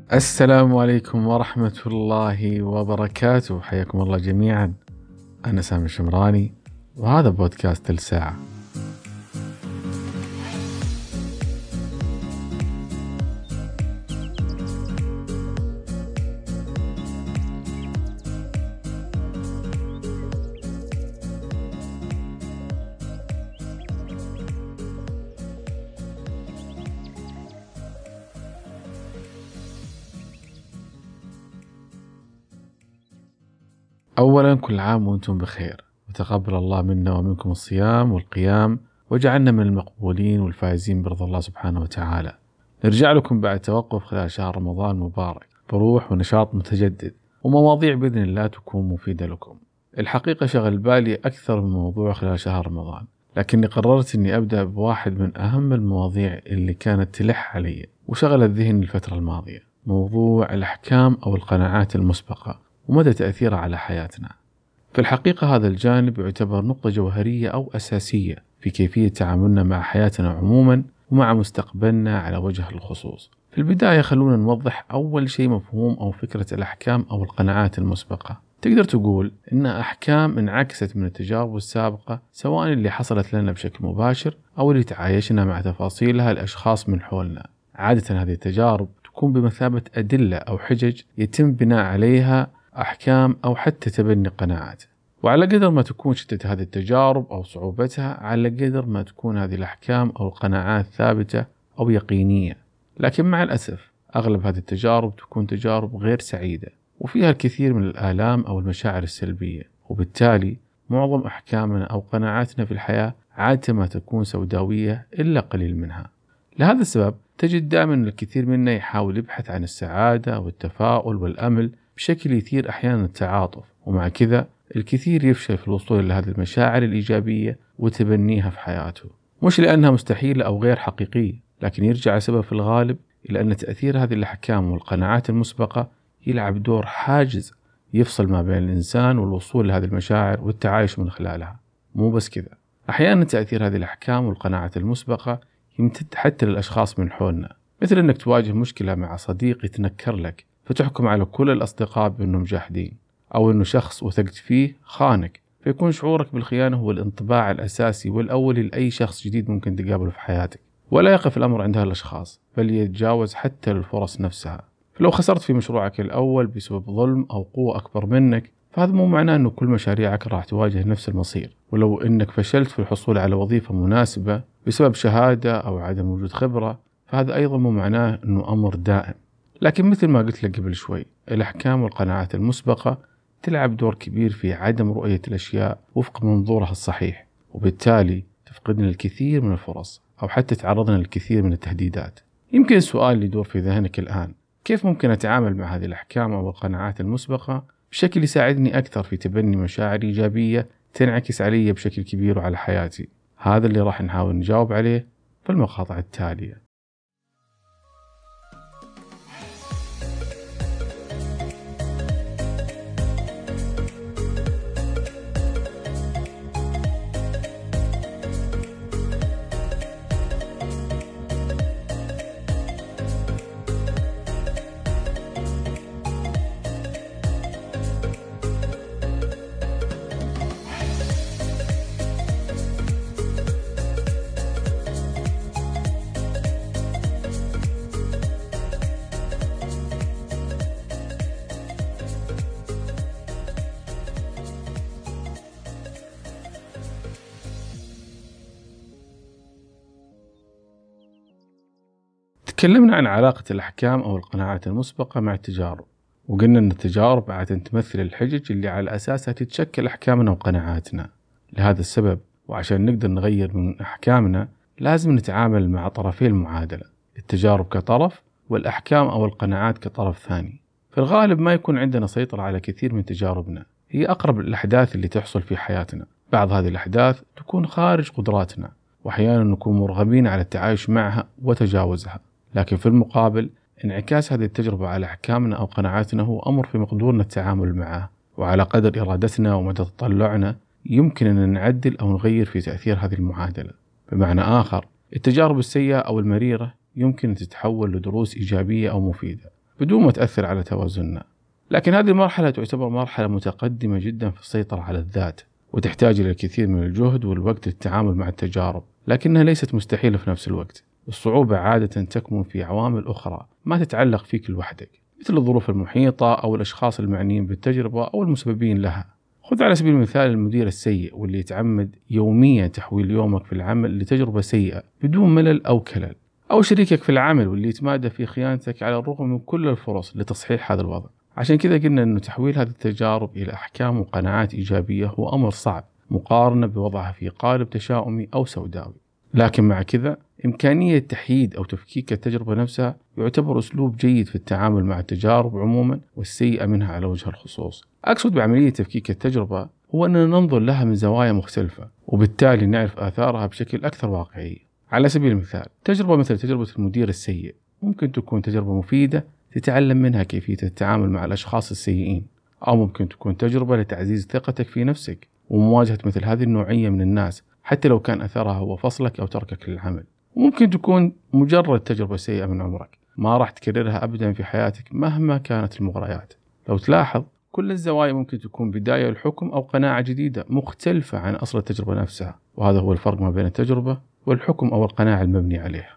السلام عليكم ورحمة الله وبركاته، حياكم الله جميعا. أنا سامي الشمراني وهذا بودكاست الساعة. أولا كل عام وأنتم بخير، وتقبل الله منا ومنكم الصيام والقيام، وجعلنا من المقبولين والفائزين برضا الله سبحانه وتعالى. نرجع لكم بعد توقف خلال شهر رمضان المبارك بروح ونشاط متجدد، ومواضيع بإذن الله تكون مفيدة لكم. الحقيقة شغل بالي أكثر من موضوع خلال شهر رمضان، لكني قررت أني أبدأ بواحد من أهم المواضيع اللي كانت تلح علي وشغلت ذهني الفترة الماضية، موضوع الأحكام أو القناعات المسبقة ومدى تأثيرها على حياتنا. في الحقيقة هذا الجانب يعتبر نقطة جوهرية أو أساسية في كيفية تعاملنا مع حياتنا عموما ومع مستقبلنا على وجه الخصوص. في البداية خلونا نوضح أول شيء مفهوم أو فكرة الأحكام أو القناعات المسبقة. تقدر تقول إنها أحكام انعكست من التجارب السابقة، سواء اللي حصلت لنا بشكل مباشر أو اللي تعايشنا مع تفاصيلها الأشخاص من حولنا. عادة هذه التجارب تكون بمثابة أدلة أو حجج يتم بناء عليها أحكام أو حتى تبني قناعات، وعلى قدر ما تكون شدة هذه التجارب أو صعوبتها على قدر ما تكون هذه الأحكام أو القناعات ثابتة أو يقينية. لكن مع الأسف أغلب هذه التجارب تكون تجارب غير سعيدة وفيها الكثير من الآلام أو المشاعر السلبية، وبالتالي معظم أحكامنا أو قناعاتنا في الحياة عادة ما تكون سوداوية إلا قليل منها. لهذا السبب تجد دائما الكثير منا يحاول يبحث عن السعادة والتفاؤل والأمل بشكل يثير أحيانا التعاطف، ومع كذا الكثير يفشل في الوصول لهذه المشاعر الإيجابية وتبنيها في حياته، مش لأنها مستحيلة أو غير حقيقية، لكن يرجع السبب في الغالب إلى أن تأثير هذه الأحكام والقناعات المسبقة يلعب دور حاجز يفصل ما بين الإنسان والوصول لهذه المشاعر والتعايش من خلالها. مو بس كذا، أحيانا تأثير هذه الأحكام والقناعات المسبقة يمتد حتى للأشخاص من حولنا، مثل أنك تواجه مشكلة مع صديق يتنكر لك فتحكم على كل الأصدقاء بأنهم جاحدين، أو أنه شخص وثقت فيه خانك، فيكون شعورك بالخيانة هو الانطباع الأساسي والأولي لأي شخص جديد ممكن تقابله في حياتك. ولا يقف الأمر عند هالأشخاص، بل يتجاوز حتى للفرص نفسها. فلو خسرت في مشروعك الأول بسبب ظلم أو قوة أكبر منك، فهذا مو معناه أنه كل مشاريعك راح تواجه نفس المصير. ولو أنك فشلت في الحصول على وظيفة مناسبة بسبب شهادة أو عدم وجود خبرة، فهذا أيضا مو معناه أنه أمر دائم. لكن مثل ما قلت لك قبل شوي، الأحكام والقناعات المسبقة تلعب دور كبير في عدم رؤية الأشياء وفق منظورها الصحيح، وبالتالي تفقدنا الكثير من الفرص أو حتى تعرضنا للكثير من التهديدات. يمكن السؤال اللي يدور في ذهنك الآن، كيف ممكن أتعامل مع هذه الأحكام أو القناعات المسبقة بشكل يساعدني أكثر في تبني مشاعر إيجابية تنعكس علي بشكل كبير وعلى حياتي؟ هذا اللي راح نحاول نجاوب عليه في المقاطع التالية. تكلمنا عن علاقة الأحكام أو القناعات المسبقة مع التجارب، وقلنا أن التجارب عادة تمثل الحجج اللي على أساسها تتشكل أحكامنا وقناعاتنا. لهذا السبب وعشان نقدر نغير من أحكامنا لازم نتعامل مع طرفي المعادلة، التجارب كطرف والأحكام أو القناعات كطرف ثاني. في الغالب ما يكون عندنا سيطرة على كثير من تجاربنا، هي أقرب الأحداث اللي تحصل في حياتنا. بعض هذه الأحداث تكون خارج قدراتنا، وأحيانا نكون مرغبين على التعايش معها وتجاوزها، لكن في المقابل انعكاس هذه التجربة على أحكامنا أو قناعاتنا هو أمر في مقدورنا التعامل معه، وعلى قدر إرادتنا ومدى تطلعنا يمكن أن نعدل أو نغير في تأثير هذه المعادلة. بمعنى آخر، التجارب السيئة أو المريرة يمكن أن تتحول لدروس إيجابية أو مفيدة، بدون ما تأثر على توازننا. لكن هذه المرحلة تعتبر مرحلة متقدمة جدا في السيطرة على الذات، وتحتاج إلى الكثير من الجهد والوقت للتعامل مع التجارب، لكنها ليست مستحيلة في نفس الوقت. الصعوبة عادة تكمن في عوامل أخرى ما تتعلق فيك لوحدك، مثل الظروف المحيطة أو الأشخاص المعنيين بالتجربة أو المسببين لها. خذ على سبيل المثال المدير السيء، واللي يتعمد يوميا تحويل يومك في العمل لتجربة سيئة بدون ملل أو كلل، أو شريكك في العمل واللي يتمادى في خيانتك على الرغم من كل الفرص لتصحيح هذا الوضع. عشان كذا قلنا أنه تحويل هذه التجارب إلى أحكام وقناعات إيجابية هو أمر صعب مقارنة بوضعها في قالب تشاؤمي أو سوداوي. لكن مع كذا إمكانية تحييد أو تفكيك التجربة نفسها يعتبر أسلوب جيد في التعامل مع التجارب عموما والسيئة منها على وجه الخصوص. أقصد بعملية تفكيك التجربة هو أننا ننظر لها من زوايا مختلفة، وبالتالي نعرف آثارها بشكل أكثر واقعية. على سبيل المثال، تجربة مثل تجربة المدير السيء ممكن تكون تجربة مفيدة تتعلم منها كيفية التعامل مع الأشخاص السيئين، أو ممكن تكون تجربة لتعزيز ثقتك في نفسك ومواجهة مثل هذه النوعية من الناس حتى لو كان أثرها هو فصلك أو تركك للعمل. وممكن تكون مجرد تجربة سيئة من عمرك ما راح تكررها أبدا في حياتك مهما كانت المغريات. لو تلاحظ، كل الزوايا ممكن تكون بداية لحكم أو قناعة جديدة مختلفة عن أصل التجربة نفسها، وهذا هو الفرق ما بين التجربة والحكم أو القناعة المبني عليها.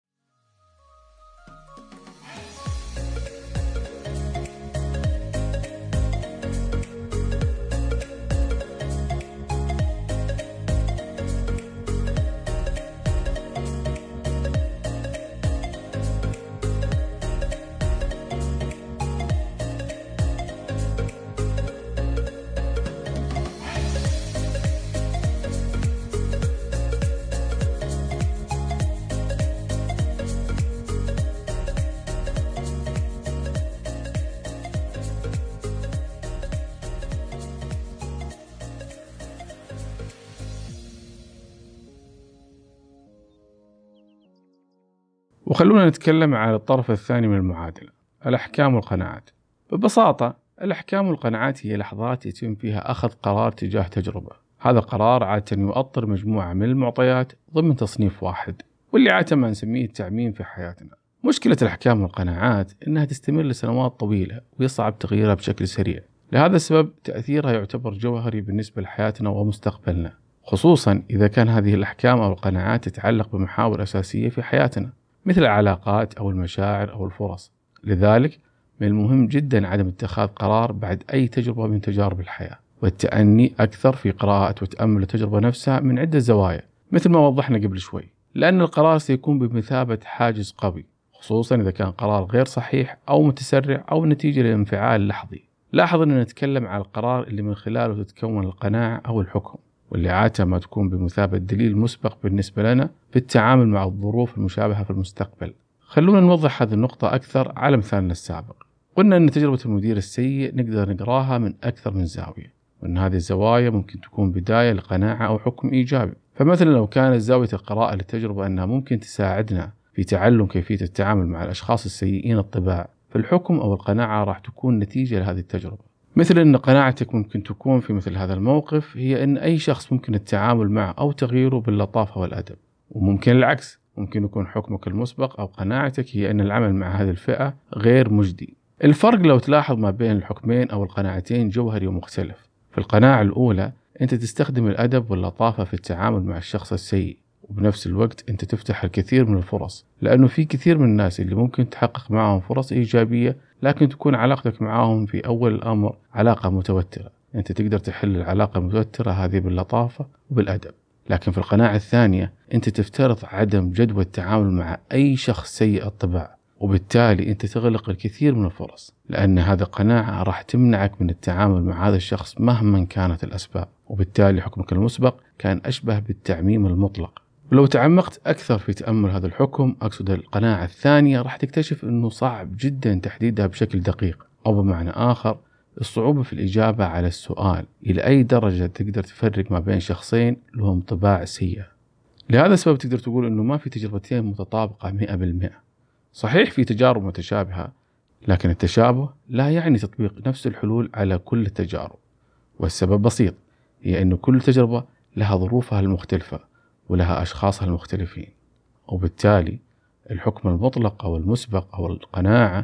وخلونا نتكلم عن الطرف الثاني من المعادلة، الأحكام والقناعات. ببساطة، الأحكام والقناعات هي لحظات يتم فيها أخذ قرار تجاه تجربة. هذا القرار عادة يؤطر مجموعة من المعطيات ضمن تصنيف واحد، واللي عادة ما نسميه التعميم في حياتنا. مشكلة الأحكام والقناعات إنها تستمر لسنوات طويلة ويصعب تغييرها بشكل سريع. لهذا السبب تأثيرها يعتبر جوهري بالنسبة لحياتنا ومستقبلنا، خصوصا إذا كان هذه الأحكام أو القناعات تتعلق بمحاور أساسية في حياتنا مثل العلاقات أو المشاعر أو الفرص. لذلك من المهم جدا عدم اتخاذ قرار بعد أي تجربة من تجارب الحياة، والتأني أكثر في قراءة وتأمل التجربة نفسها من عدة زوايا مثل ما وضحنا قبل شوي، لأن القرار سيكون بمثابة حاجز قوي، خصوصا إذا كان قرار غير صحيح أو متسرع أو نتيجة لانفعال لحظي. لاحظ أننا نتكلم عن القرار اللي من خلاله تتكون القناعة أو الحكم، واللي عادة ما تكون بمثابة دليل مسبق بالنسبة لنا في التعامل مع الظروف المشابهة في المستقبل. خلونا نوضح هذه النقطة أكثر على مثالنا السابق. قلنا أن تجربة المدير السيء نقدر نقراها من أكثر من زاوية، وأن هذه الزوايا ممكن تكون بداية لقناعة أو حكم إيجابي. فمثلا لو كانت زاوية القراءة للتجربة أنها ممكن تساعدنا في تعلم كيفية التعامل مع الأشخاص السيئين الطباع، فالحكم أو القناعة راح تكون نتيجة لهذه التجربة. مثل أن قناعتك ممكن تكون في مثل هذا الموقف هي أن أي شخص ممكن التعامل معه أو تغييره باللطافة والأدب، وممكن العكس، ممكن يكون حكمك المسبق أو قناعتك هي أن العمل مع هذه الفئة غير مجدي. الفرق لو تلاحظ ما بين الحكمين أو القناعتين جوهري ومختلف. في القناعة الأولى أنت تستخدم الأدب واللطافة في التعامل مع الشخص السيء، وبنفس الوقت أنت تفتح الكثير من الفرص، لأنه في كثير من الناس اللي ممكن تحقق معهم فرص إيجابية، لكن تكون علاقتك معهم في أول الأمر علاقة متوترة. أنت تقدر تحل العلاقة المتوترة هذه باللطافة وبالأدب. لكن في القناعة الثانية أنت تفترض عدم جدوى التعامل مع أي شخص سيء الطباع، وبالتالي أنت تغلق الكثير من الفرص، لأن هذه القناعة راح تمنعك من التعامل مع هذا الشخص مهما كانت الأسباب، وبالتالي حكمك المسبق كان أشبه بالتعميم المطلق. ولو تعمقت أكثر في تأمل هذا الحكم، أقصد القناعة الثانية، راح تكتشف أنه صعب جدا تحديدها بشكل دقيق، أو بمعنى آخر الصعوبة في الإجابة على السؤال إلى أي درجة تقدر تفرق ما بين شخصين لهم طباع سيئة. لهذا السبب تقدر تقول أنه ما في تجربتين متطابقة 100%. صحيح في تجارب متشابهة، لكن التشابه لا يعني تطبيق نفس الحلول على كل التجارب. والسبب بسيط، هي أن كل تجربة لها ظروفها المختلفة ولها أشخاصها المختلفين، وبالتالي الحكم المطلق أو المسبق أو القناعة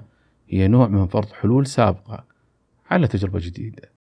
هي نوع من فرض حلول سابقة على تجربة جديدة.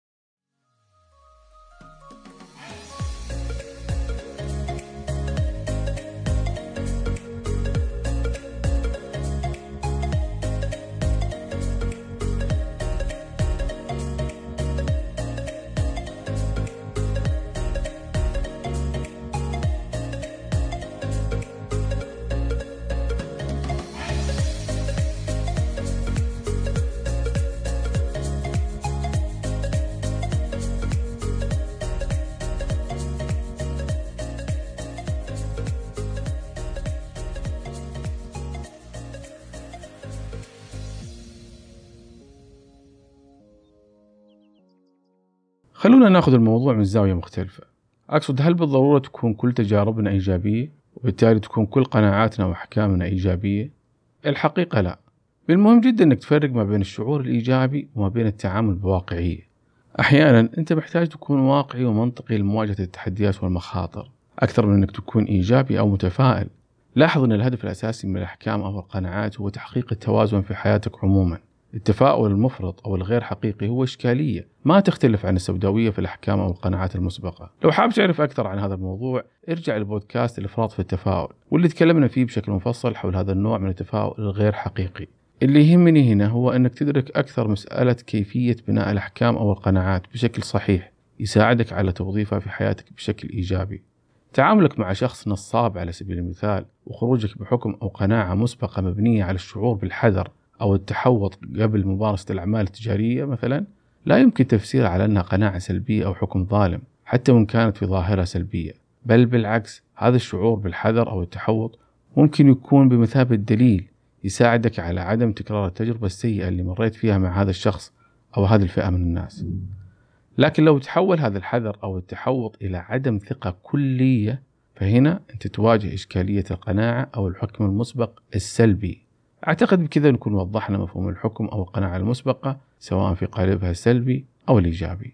خلونا ناخذ الموضوع من زاوية مختلفة. أقصد، هل بالضرورة تكون كل تجاربنا إيجابية وبالتالي تكون كل قناعاتنا وأحكامنا إيجابية؟ الحقيقة لا. من المهم جدا أنك تفرق ما بين الشعور الإيجابي وما بين التعامل بواقعية. أحيانا أنت محتاج تكون واقعي ومنطقي لمواجهة التحديات والمخاطر أكثر من أنك تكون إيجابي أو متفائل. لاحظ أن الهدف الأساسي من الأحكام أو القناعات هو تحقيق التوازن في حياتك عموما. التفاؤل المفرط أو الغير حقيقي هو إشكالية ما تختلف عن السوداوية في الأحكام أو القناعات المسبقة. لو حاب تعرف أكثر عن هذا الموضوع، ارجع لبودكاست الإفراط في التفاؤل، واللي تكلمنا فيه بشكل مفصل حول هذا النوع من التفاؤل الغير حقيقي. اللي يهمني هنا هو أنك تدرك أكثر مسألة كيفية بناء الأحكام أو القناعات بشكل صحيح يساعدك على توظيفها في حياتك بشكل إيجابي. تعاملك مع شخص نصاب على سبيل المثال، وخروجك بحكم أو قناعة مسبقة مبنية على الشعور بالحذر أو التحوط قبل ممارسة الأعمال التجارية مثلا، لا يمكن تفسيرها على أنها قناعة سلبية أو حكم ظالم حتى وإن كانت في ظاهرها سلبية، بل بالعكس، هذا الشعور بالحذر أو التحوط ممكن يكون بمثابة دليل يساعدك على عدم تكرار التجربة السيئة اللي مريت فيها مع هذا الشخص أو هذه الفئة من الناس. لكن لو تحول هذا الحذر أو التحوط إلى عدم ثقة كلية، فهنا أنت تواجه إشكالية القناعة أو الحكم المسبق السلبي. أعتقد بكذا نكون وضحنا مفهوم الحكم أو القناعة المسبقة سواء في قالبها السلبي أو الإيجابي.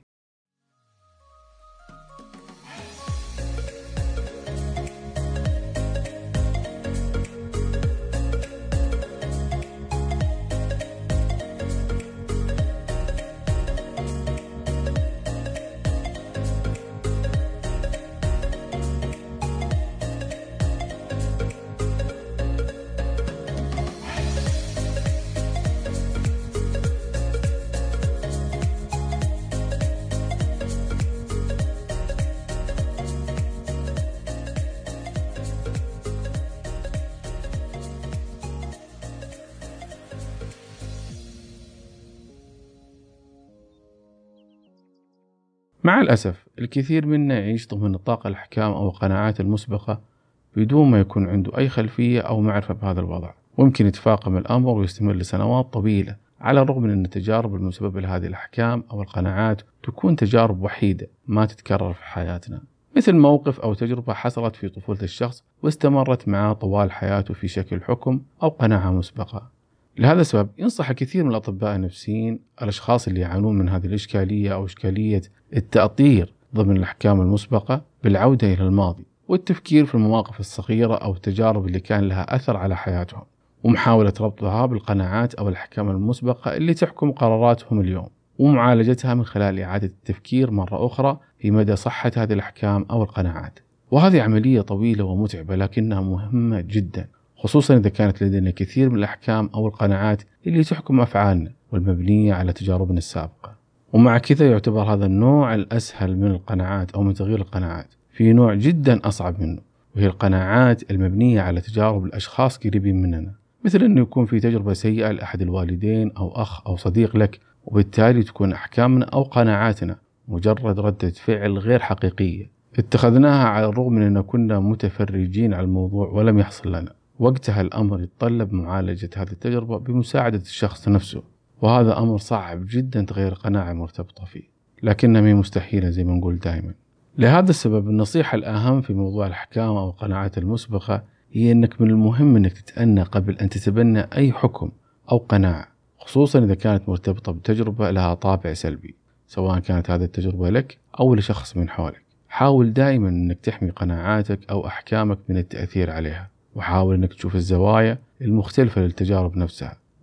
مع الأسف الكثير منا يعيش ضمن نطاق الأحكام أو القناعات المسبقة بدون ما يكون عنده أي خلفية أو معرفة بهذا الوضع، ويمكن يتفاقم الأمر ويستمر لسنوات طويلة، على الرغم من أن التجارب المسببة لهذه الأحكام أو القناعات تكون تجارب وحيدة ما تتكرر في حياتنا، مثل موقف أو تجربة حصلت في طفولة الشخص واستمرت معه طوال حياته في شكل حكم أو قناعة مسبقة. لهذا السبب ينصح كثير من الأطباء النفسيين الأشخاص اللي يعانون من هذه الإشكالية أو إشكالية التأطير ضمن الأحكام المسبقة بالعودة إلى الماضي والتفكير في المواقف الصغيرة أو التجارب اللي كان لها أثر على حياتهم، ومحاولة ربطها بالقناعات أو الأحكام المسبقة اللي تحكم قراراتهم اليوم، ومعالجتها من خلال إعادة التفكير مرة أخرى في مدى صحة هذه الأحكام أو القناعات. وهذه عملية طويلة ومتعبة لكنها مهمة جدا، خصوصا إذا كانت لدينا كثير من الأحكام أو القناعات اللي تحكم أفعالنا والمبنية على تجاربنا السابقة. ومع كذا يعتبر هذا النوع الأسهل من القناعات أو من تغيير القناعات. في نوع جدا أصعب منه، وهي القناعات المبنية على تجارب الأشخاص قريبين مننا، مثل أنه يكون في تجربة سيئة لأحد الوالدين أو أخ أو صديق لك، وبالتالي تكون أحكامنا أو قناعاتنا مجرد ردة فعل غير حقيقية اتخذناها على الرغم من أن كنا متفرجين على الموضوع ولم يحصل لنا. وقتها الأمر يتطلب معالجة هذه التجربة بمساعدة الشخص نفسه، وهذا أمر صعب جدا تغيير قناعة مرتبطة فيه، لكنها مي مستحيلة زي ما نقول دائما. لهذا السبب النصيحة الأهم في موضوع الأحكام أو القناعات المسبقة هي أنك من المهم أنك تتأنى قبل أن تتبنى أي حكم أو قناعة، خصوصا إذا كانت مرتبطة بتجربة لها طابع سلبي، سواء كانت هذه التجربة لك أو لشخص من حولك. حاول دائما أنك تحمي قناعاتك أو أحكامك من التأثير عليها، وحاول أنك تشوف الزوايا المختلفة للتجارب نفسها،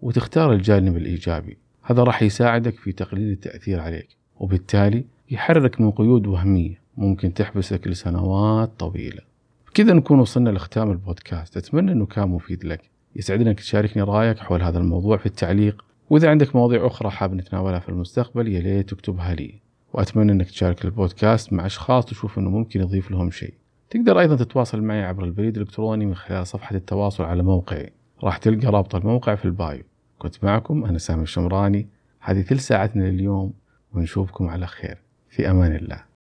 وتختار الجانب الإيجابي. هذا راح يساعدك في تقليل التأثير عليك، وبالتالي يحررك من قيود وهمية ممكن تحبسك لسنوات طويلة. بكذا نكون وصلنا لختام البودكاست. أتمنى أنه كان مفيد لك. يسعدنا أنك تشاركني رأيك حول هذا الموضوع في التعليق، وإذا عندك مواضيع أخرى حاب نتناولها في المستقبل يا ليت تكتبها لي. وأتمنى أنك تشارك البودكاست مع أشخاص تشوف أنه ممكن يضيف لهم شيء. تقدر أيضا تتواصل معي عبر البريد الإلكتروني من خلال صفحة التواصل على موقعي، راح تلقى رابط الموقع في البايو. كنت معكم أنا سامي الشمراني، هذه ثلث ساعتنا لليوم، ونشوفكم على خير في أمان الله.